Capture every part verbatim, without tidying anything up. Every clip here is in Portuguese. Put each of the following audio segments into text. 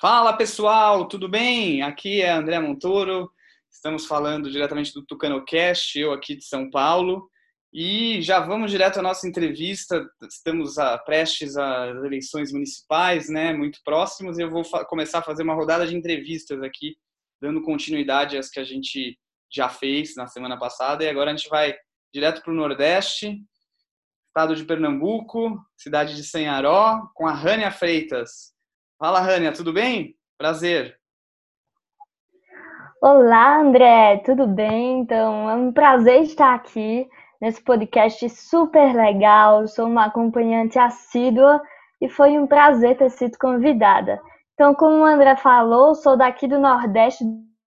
Fala pessoal, tudo bem? Aqui é André Montoro, estamos falando diretamente do TucanoCast, eu aqui de São Paulo, e já vamos direto à nossa entrevista. Estamos a, prestes às eleições municipais, né, muito próximos, e eu vou começar a fazer uma rodada de entrevistas aqui, dando continuidade às que a gente já fez na semana passada, e agora a gente vai direto para o Nordeste, estado de Pernambuco, cidade de Sanharó, com a Rânia Freitas. Fala, Rânia, tudo bem? Prazer. Olá, André, tudo bem? Então, é um prazer estar aqui nesse podcast super legal. Sou uma acompanhante assídua e foi um prazer ter sido convidada. Então, como o André falou, sou daqui do Nordeste,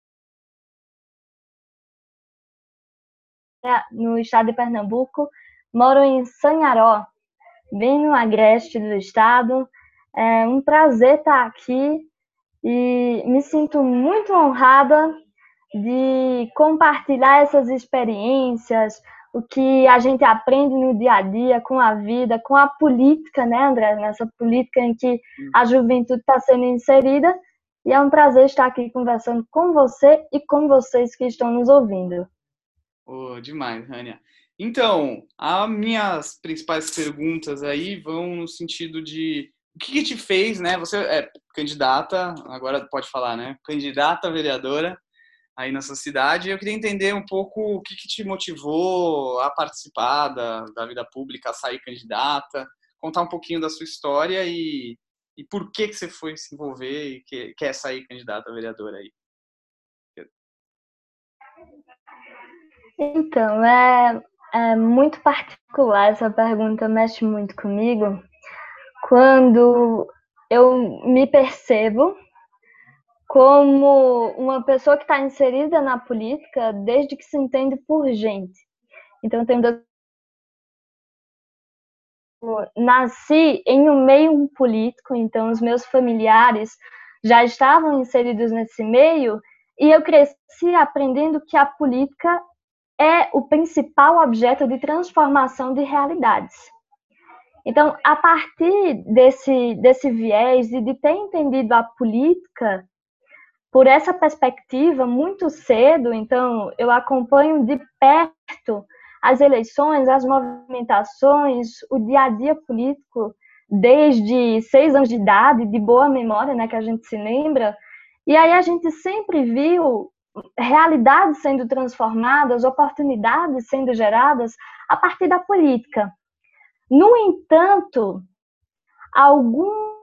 no estado de Pernambuco, moro em Sanharó, bem no agreste do estado. É um prazer estar aqui e me sinto muito honrada de compartilhar essas experiências, o que a gente aprende no dia a dia, com a vida, com a política, né, André? Nessa política em que a juventude está sendo inserida. E é um prazer estar aqui conversando com você e com vocês que estão nos ouvindo. Oh, demais, Rânia. Então, as minhas principais perguntas aí vão no sentido de o que, que te fez, né? Você é candidata, agora pode falar, né? Candidata a vereadora aí na sua cidade. Eu queria entender um pouco o que, que te motivou a participar da, da vida pública, a sair candidata, contar um pouquinho da sua história e, e por que, que você foi se envolver e que, quer sair candidata a vereadora aí. Então, é, é muito particular, essa pergunta mexe muito comigo. Quando eu me percebo como uma pessoa que está inserida na política desde que se entende por gente. Então, eu tenho nasci em um meio político, então os meus familiares já estavam inseridos nesse meio e eu cresci aprendendo que a política é o principal objeto de transformação de realidades. Então, a partir desse, desse viés e de ter entendido a política por essa perspectiva muito cedo, então eu acompanho de perto as eleições, as movimentações, o dia a dia político desde seis anos de idade, de boa memória, né, que a gente se lembra, e aí a gente sempre viu realidades sendo transformadas, oportunidades sendo geradas a partir da política. No entanto, algum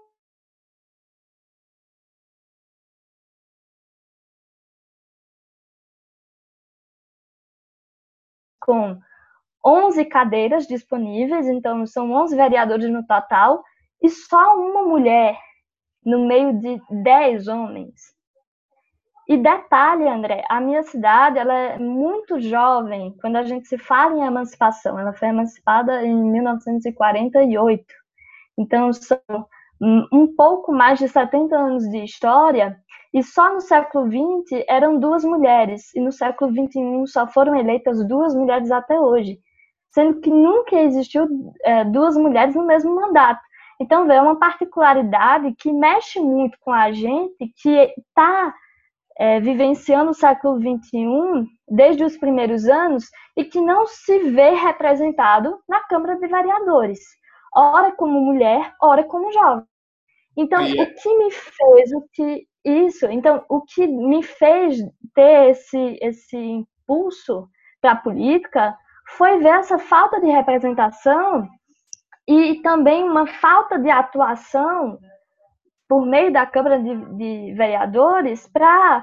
com onze cadeiras disponíveis, então são onze vereadores no total, e só uma mulher no meio de dez homens. E detalhe, André, a minha cidade ela é muito jovem quando a gente se fala em emancipação. Ela foi emancipada em mil novecentos e quarenta e oito. Então, são um pouco mais de setenta anos de história, e só no século vinte eram duas mulheres, e no século vinte e um só foram eleitas duas mulheres até hoje, sendo que nunca existiu é, duas mulheres no mesmo mandato. Então, é uma particularidade que mexe muito com a gente, que está é, vivenciando o século vinte e um desde os primeiros anos e que não se vê representado na Câmara de Vereadores, ora como mulher, ora como jovem. Então, Yeah. o que me fez, o que isso, então, o que me fez ter esse esse impulso para a política foi ver essa falta de representação e também uma falta de atuação por meio da Câmara de, de Vereadores para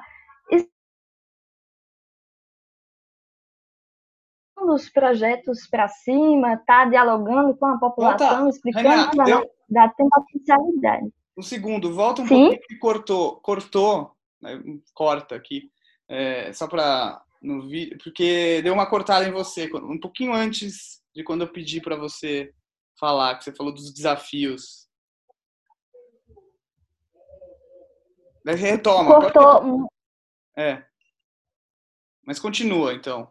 os projetos para cima, tá dialogando com a população, Volta, explicando Rania, da, deu da potencialidade. um segundo, volta um Sim? pouquinho que cortou, cortou, né, corta aqui, é, só para no vídeo, porque deu uma cortada em você, um pouquinho antes de quando eu pedi para você falar, que você falou dos desafios. Daí retoma, pode retomar. Cortou. É, mas continua então.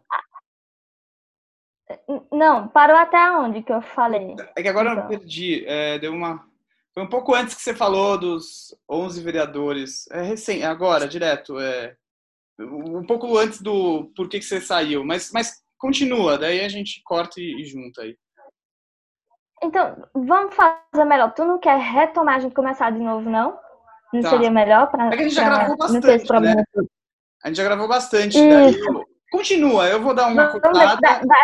Não, parou até onde que eu falei? É que agora eu Então. perdi, é, deu uma. Foi um pouco antes que você falou dos onze vereadores. É recém, agora, direto. É, um pouco antes do porquê que você saiu. Mas, mas continua, daí a gente corta e, e junta aí. Então, vamos fazer melhor. Tu não quer retomar a gente começar de novo, não? Não Tá. seria melhor para É que a gente já gravou não ter esse bastante, né? problema todo? A gente já gravou bastante. Daí Isso. eu... Continua, eu vou dar uma Vamos ver. Dá, cortada. dá,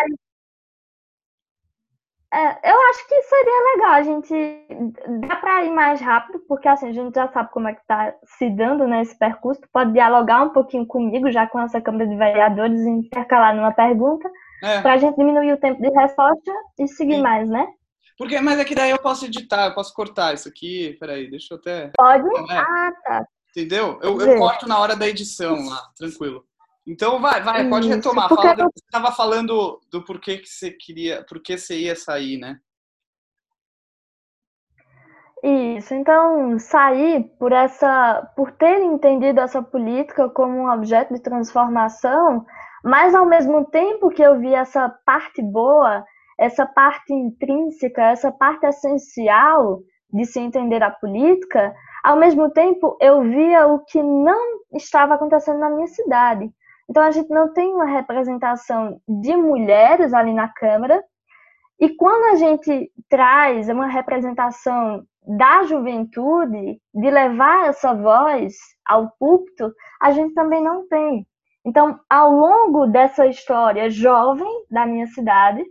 é, eu acho que seria legal a gente. Dá para ir mais rápido, porque assim, a gente já sabe como é que está se dando, né, esse percurso. Tu pode dialogar um pouquinho comigo, já com essa Câmara de Vereadores, e intercalar numa pergunta, É, para a gente diminuir o tempo de resposta e seguir sim. mais, né? Porque, mas é que daí eu posso editar, eu posso cortar isso aqui. Peraí, deixa eu até. Pode? É, Ah, tá. entendeu? Eu, eu Vê. corto na hora da edição lá, tranquilo. Então vai, vai, pode Isso, retomar. porque Fala, você estava falando do porquê que você queria, porquê você ia sair, né? Isso, então sair por essa, por ter entendido essa política como um objeto de transformação, mas ao mesmo tempo que eu vi essa parte boa, essa parte intrínseca, essa parte essencial de se entender a política, ao mesmo tempo eu via o que não estava acontecendo na minha cidade. Então a gente não tem uma representação de mulheres ali na Câmara, e quando a gente traz uma representação da juventude, de levar essa voz ao púlpito, a gente também não tem. Então, ao longo dessa história jovem da minha cidade,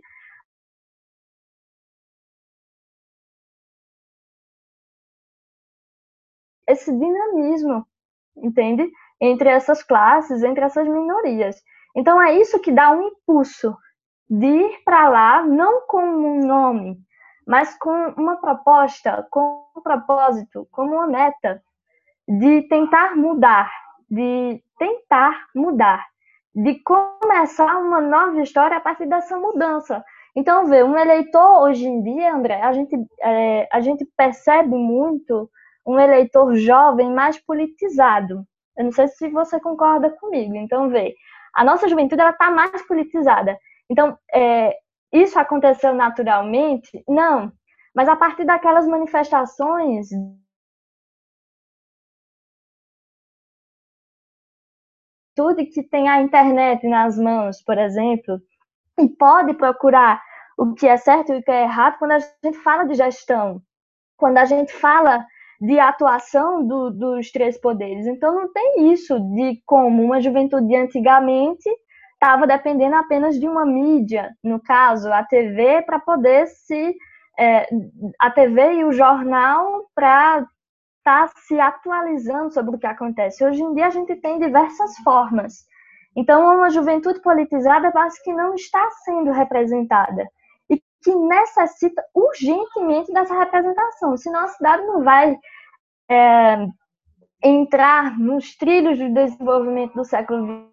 esse dinamismo, entende? Entre essas classes, entre essas minorias. Então, é isso que dá um impulso de ir para lá, não com um nome, mas com uma proposta, com um propósito, como uma meta de tentar mudar, de tentar mudar, de começar uma nova história a partir dessa mudança. Então, vê, um eleitor hoje em dia, André, a gente, é, a gente percebe muito um eleitor jovem mais politizado. Eu não sei se você concorda comigo. Então, vê, a nossa juventude ela está mais politizada. Então, é, isso aconteceu naturalmente? Não. Mas a partir daquelas manifestações tudo que tem a internet nas mãos, por exemplo, e pode procurar o que é certo e o que é errado quando a gente fala de gestão, quando a gente fala de atuação do, dos três poderes. Então não tem isso de como uma juventude de antigamente estava dependendo apenas de uma mídia, no caso a T V, para poder se é, a T V e o jornal para estar tá se atualizando sobre o que acontece. Hoje em dia a gente tem diversas formas. Então, uma juventude politizada parece que não está sendo representada e que necessita urgentemente dessa representação, senão a cidade não vai é, entrar nos trilhos do desenvolvimento do século vinte,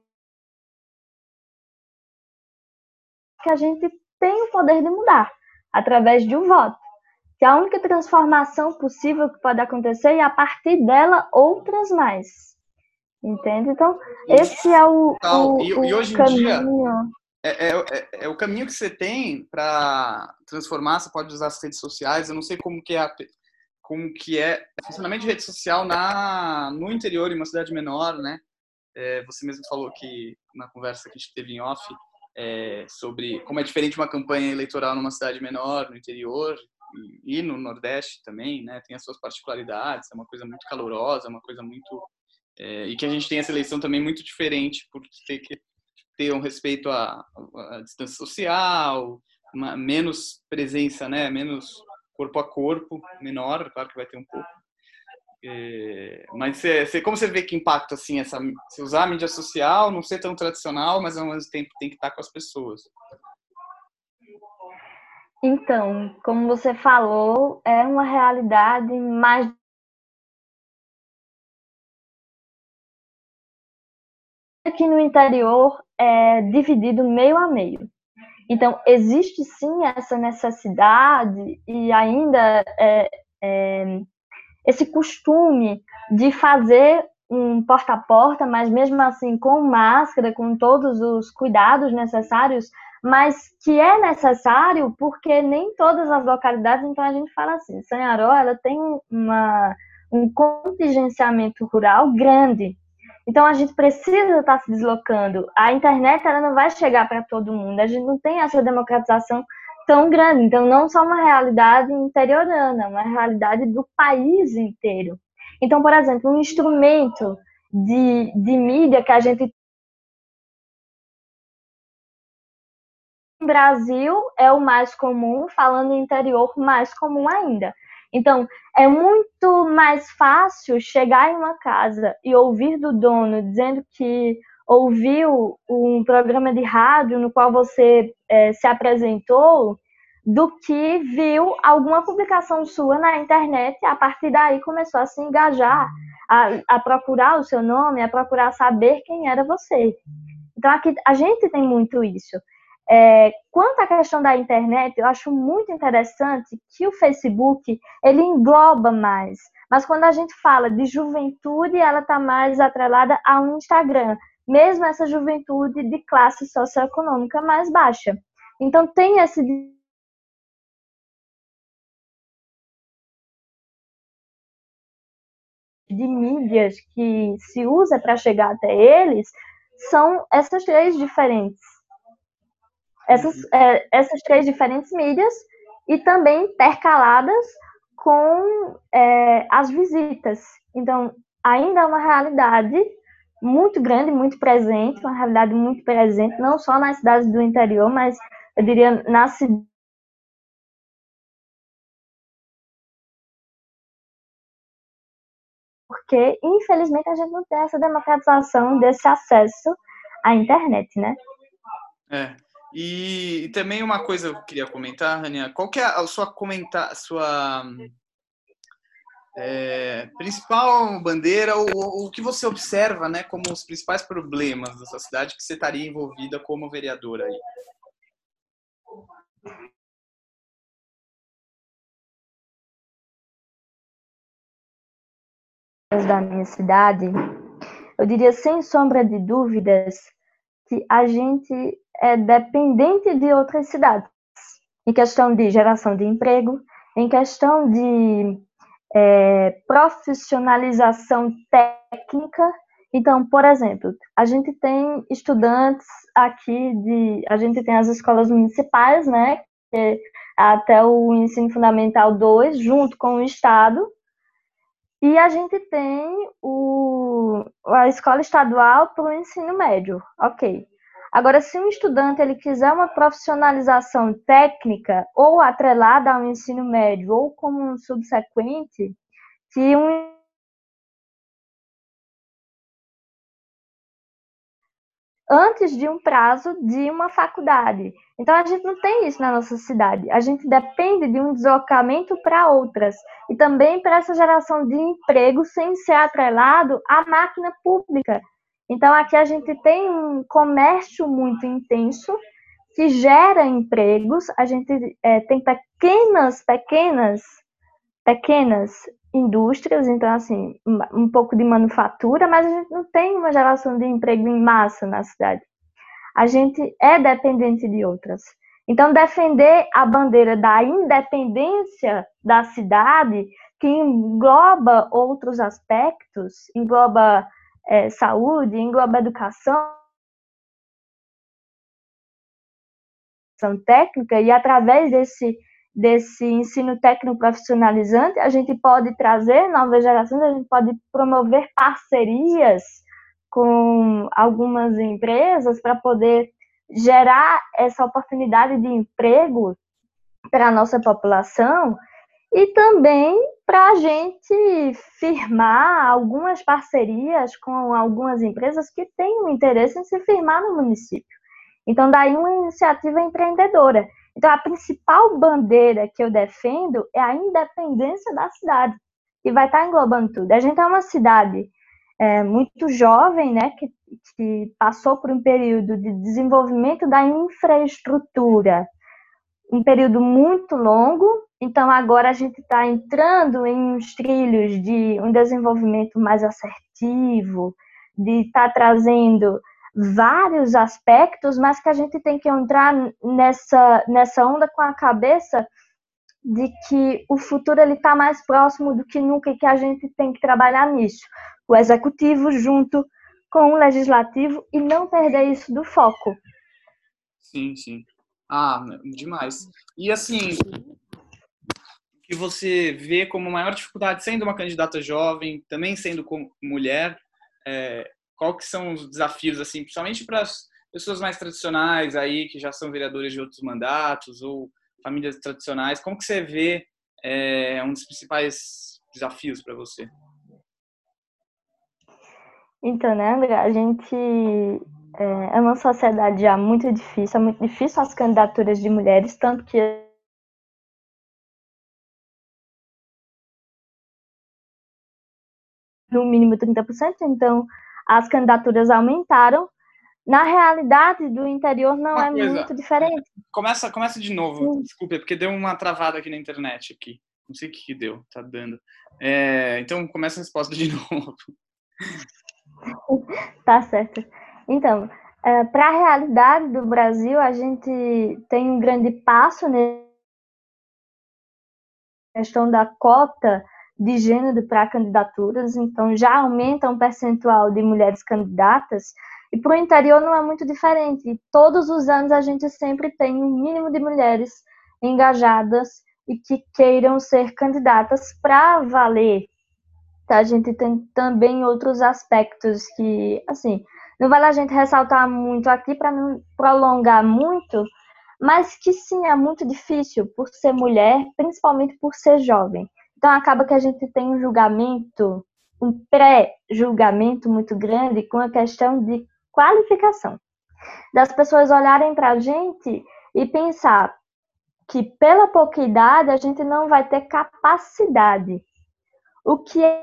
que a gente tem o poder de mudar através de um voto, que é a única transformação possível que pode acontecer e a partir dela outras mais. Entende? Então, esse é o, o, e, o e hoje em caminho. dia, é, é, é, é o caminho que você tem para transformar. Você pode usar as redes sociais. Eu não sei como que é, a, como que é o funcionamento de rede social na, no interior, em uma cidade menor, né? É, você mesmo falou que na conversa que a gente teve em off é, sobre como é diferente uma campanha eleitoral numa cidade menor, no interior e, e no Nordeste também, né? Tem as suas particularidades. É uma coisa muito calorosa, é uma coisa muito É, e que a gente tem essa eleição também muito diferente, por ter que ter um respeito à, à distância social, uma, menos presença, né? Menos corpo a corpo, menor, claro que vai ter um pouco. É, mas cê, cê, como você vê que impacta assim, essa, você usar a mídia social, não ser tão tradicional, mas ao mesmo tempo tem que estar com as pessoas? Então, como você falou, é uma realidade mais aqui no interior é dividido meio a meio. Então, existe sim essa necessidade e ainda é, é, esse costume de fazer um porta a porta, mas mesmo assim com máscara, com todos os cuidados necessários, mas que é necessário porque nem todas as localidades, então a gente fala assim, Sanharó, ela tem uma, um contingenciamento rural grande, então a gente precisa estar se deslocando, a internet ela não vai chegar para todo mundo, a gente não tem essa democratização tão grande, então não só uma realidade interiorana, uma realidade do país inteiro. Então, por exemplo, um instrumento de, de mídia que a gente no Brasil é o mais comum, falando em interior, mais comum ainda. Então, é muito mais fácil chegar em uma casa e ouvir do dono dizendo que ouviu um programa de rádio no qual você é, se apresentou, do que viu alguma publicação sua na internet e a partir daí começou a se engajar, a, a procurar o seu nome, a procurar saber quem era você. Então, aqui a gente tem muito isso. É, quanto à questão da internet, eu acho muito interessante que o Facebook, ele engloba mais. Mas quando a gente fala de juventude, ela está mais atrelada ao Instagram, mesmo essa juventude de classe socioeconômica mais baixa. Então, tem esse de mídias que se usa para chegar até eles, são essas três diferentes. Essas, é, essas três diferentes mídias e também intercaladas com é, as visitas. Então, ainda é uma realidade muito grande, muito presente, uma realidade muito presente, não só nas cidades do interior, mas eu diria nas cidades. Porque, infelizmente, a gente não tem essa democratização desse acesso à internet, né? É. E, e também uma coisa que eu queria comentar, Rania, qual que é a sua comentar, sua é, principal bandeira, ou o que você observa, né, como os principais problemas da sua cidade que você estaria envolvida como vereadora aí? Da minha cidade, eu diria sem sombra de dúvidas que a gente é dependente de outras cidades, em questão de geração de emprego, em questão de é, profissionalização técnica. Então, por exemplo, a gente tem estudantes aqui, de, a gente tem as escolas municipais, né, que é até o ensino fundamental dois, junto com o Estado, e a gente tem o, a escola estadual para o ensino médio, ok. Agora, se um estudante ele quiser uma profissionalização técnica ou atrelada ao ensino médio ou como um subsequente, que um antes de um prazo de uma faculdade. Então, a gente não tem isso na nossa cidade. A gente depende de um deslocamento para outras. E também para essa geração de emprego sem ser atrelado à máquina pública. Então, aqui a gente tem um comércio muito intenso que gera empregos. A gente é, tem pequenas, pequenas, pequenas indústrias, então, assim, um pouco de manufatura, mas a gente não tem uma geração de emprego em massa na cidade. A gente é dependente de outras. Então, defender a bandeira da independência da cidade, que engloba outros aspectos, engloba é, saúde, engloba educação técnica, e através desse desse ensino técnico profissionalizante, a gente pode trazer novas gerações, a gente pode promover parcerias com algumas empresas para poder gerar essa oportunidade de emprego para a nossa população e também para a gente firmar algumas parcerias com algumas empresas que têm um interesse em se firmar no município. Então, daí uma iniciativa empreendedora. Então, a principal bandeira que eu defendo é a independência da cidade, que vai estar englobando tudo. A gente é uma cidade é, muito jovem, né, que, que passou por um período de desenvolvimento da infraestrutura, um período muito longo. Então, agora a gente está entrando em uns trilhos de um desenvolvimento mais assertivo, de estar tá trazendo vários aspectos, mas que a gente tem que entrar nessa, nessa onda com a cabeça de que o futuro está mais próximo do que nunca e que a gente tem que trabalhar nisso. O executivo junto com o legislativo e não perder isso do foco. Sim, sim. Ah, demais. E assim, o que você vê como maior dificuldade, sendo uma candidata jovem, também sendo mulher, é, qual que são os desafios, assim, principalmente para as pessoas mais tradicionais aí, que já são vereadores de outros mandatos, ou famílias tradicionais, como que você vê é, um dos principais desafios para você? Então, né, André, a gente é uma sociedade já muito difícil, é muito difícil as candidaturas de mulheres, tanto que no mínimo trinta por cento, então as candidaturas aumentaram. Na realidade, do interior não Uma é coisa, muito diferente. Começa, começa de novo, desculpa, é porque deu uma travada aqui na internet aqui. Não sei o que, que deu, tá dando. É, então começa a resposta de novo. Tá certo. Então, é, para a realidade do Brasil, a gente tem um grande passo na questão da cota de gênero para candidaturas, então já aumenta um percentual de mulheres candidatas, e para o interior não é muito diferente. Todos os anos a gente sempre tem um mínimo de mulheres engajadas e que queiram ser candidatas para valer. A gente tem também outros aspectos que, assim, não vale a gente ressaltar muito aqui para não prolongar muito, mas que sim, é muito difícil por ser mulher, principalmente por ser jovem. Então acaba que a gente tem um julgamento, um pré-julgamento muito grande com a questão de qualificação. Das pessoas olharem para a gente e pensar que pela pouca idade a gente não vai ter capacidade. O que é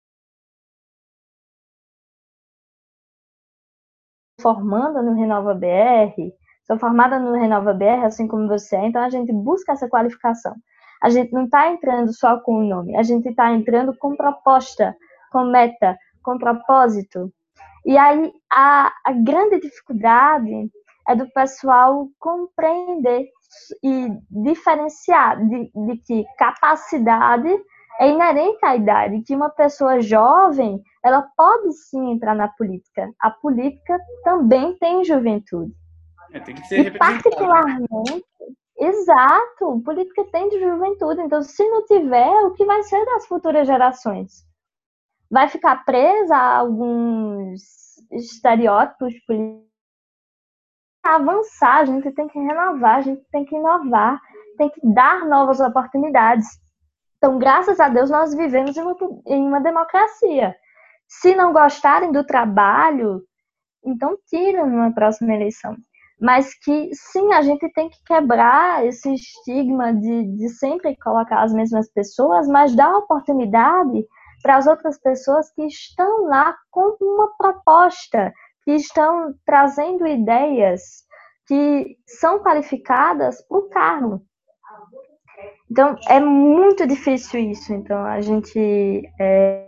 formando no Renova B R, sou formada no Renova B R, assim como você é, então a gente busca essa qualificação. A gente não está entrando só com o nome, a gente está entrando com proposta, com meta, com propósito. E aí a, a grande dificuldade é do pessoal compreender e diferenciar de, de que capacidade é inerente à idade, que uma pessoa jovem, ela pode sim entrar na política. A política também tem juventude. É, tem que ser E representado. particularmente, exato, política tem de juventude. Então, se não tiver, o que vai ser das futuras gerações? Vai ficar presa a alguns estereótipos políticos? Avançar, a gente tem que renovar, a gente tem que inovar, tem que dar novas oportunidades. Então, graças a Deus, nós vivemos em uma, em uma democracia. Se não gostarem do trabalho, então tiram numa próxima eleição. Mas que, sim, a gente tem que quebrar esse estigma de, de sempre colocar as mesmas pessoas, mas dar oportunidade para as outras pessoas que estão lá com uma proposta, que estão trazendo ideias que são qualificadas para o cargo. Então, é muito difícil isso. Então, a gente é,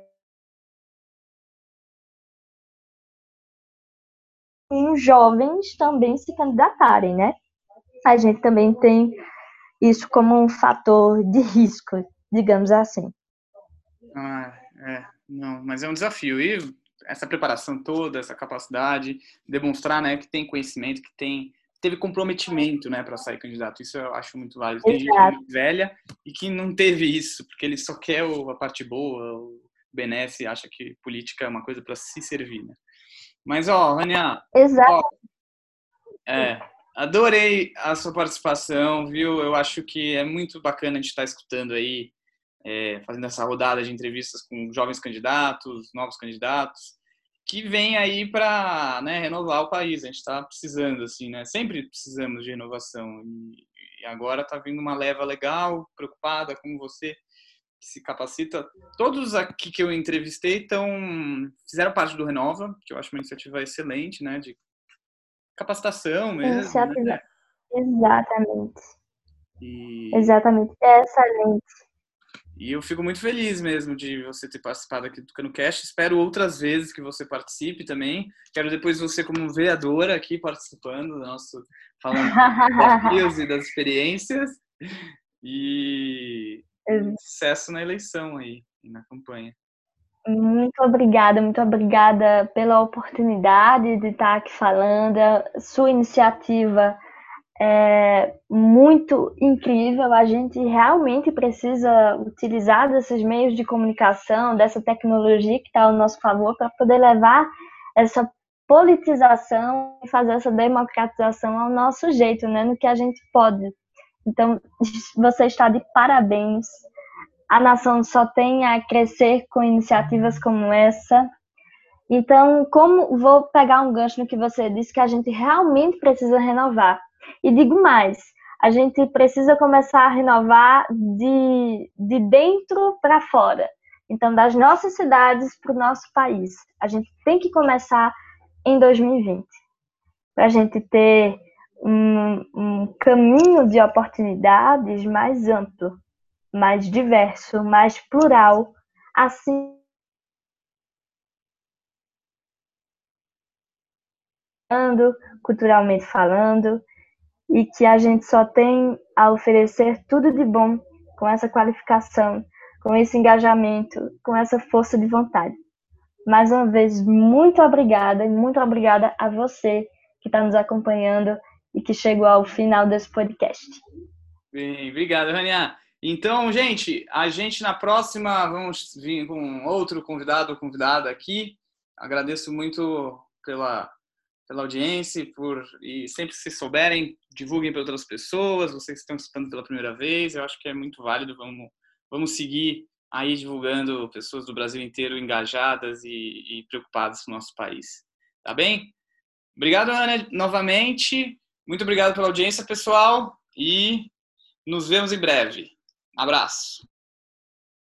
tem jovens também se candidatarem, né? A gente também tem isso como um fator de risco, digamos assim. Ah, é, não, mas é um desafio. E essa preparação toda, essa capacidade, demonstrar, né, que tem conhecimento, que tem teve comprometimento, né, para sair candidato. Isso eu acho muito válido. Tem gente muito velha e que não teve isso, porque ele só quer a parte boa, o benesse, acha que política é uma coisa para se servir, né? Mas, ó, Rania, Exato. ó, é, adorei a sua participação, viu? Eu acho que é muito bacana a gente estar escutando aí, é, fazendo essa rodada de entrevistas com jovens candidatos, novos candidatos, que vem aí para, né, renovar o país. A gente está precisando, assim, né? Sempre precisamos de renovação. E, e agora está vindo uma leva legal, preocupada, como você, que se capacita. Todos aqui que eu entrevistei estão, fizeram parte do Renova, que eu acho uma iniciativa excelente, né? De capacitação mesmo, Iniciativa. né? Exatamente. E... Exatamente. É excelente. E eu fico muito feliz mesmo de você ter participado aqui do TucanoCast. Espero outras vezes que você participe também. Quero depois você como vereadora aqui participando do nosso, falando dos desafios e das experiências. E sucesso na eleição aí, na campanha. Muito obrigada, muito obrigada pela oportunidade de estar aqui falando. Sua iniciativa é muito incrível. A gente realmente precisa utilizar desses meios de comunicação, dessa tecnologia que está ao nosso favor, para poder levar essa politização e fazer essa democratização ao nosso jeito, né? No que a gente pode. Então, você está de parabéns. A nação só tem a crescer com iniciativas como essa. Então, como vou pegar um gancho no que você disse, que a gente realmente precisa renovar. E digo mais, a gente precisa começar a renovar de, de dentro para fora. Então, das nossas cidades para o nosso país. A gente tem que começar em dois mil e vinte, para a gente ter um, um caminho de oportunidades mais amplo, mais diverso, mais plural, assim culturalmente falando, e que a gente só tem a oferecer tudo de bom com essa qualificação, com esse engajamento, com essa força de vontade. Mais uma vez, muito obrigada e muito obrigada a você que está nos acompanhando e que chegou ao final desse podcast. Bem, obrigado, Rania. Então, gente, a gente na próxima vamos vir com outro convidado ou convidada aqui. Agradeço muito pela, pela audiência e, por, e sempre que vocês souberem, divulguem para outras pessoas, vocês que estão escutando pela primeira vez, eu acho que é muito válido, vamos, vamos seguir aí divulgando pessoas do Brasil inteiro engajadas e, e preocupadas com o nosso país. Tá bem? Obrigado, Ana, novamente. Muito obrigado pela audiência, pessoal, e nos vemos em breve. Abraço.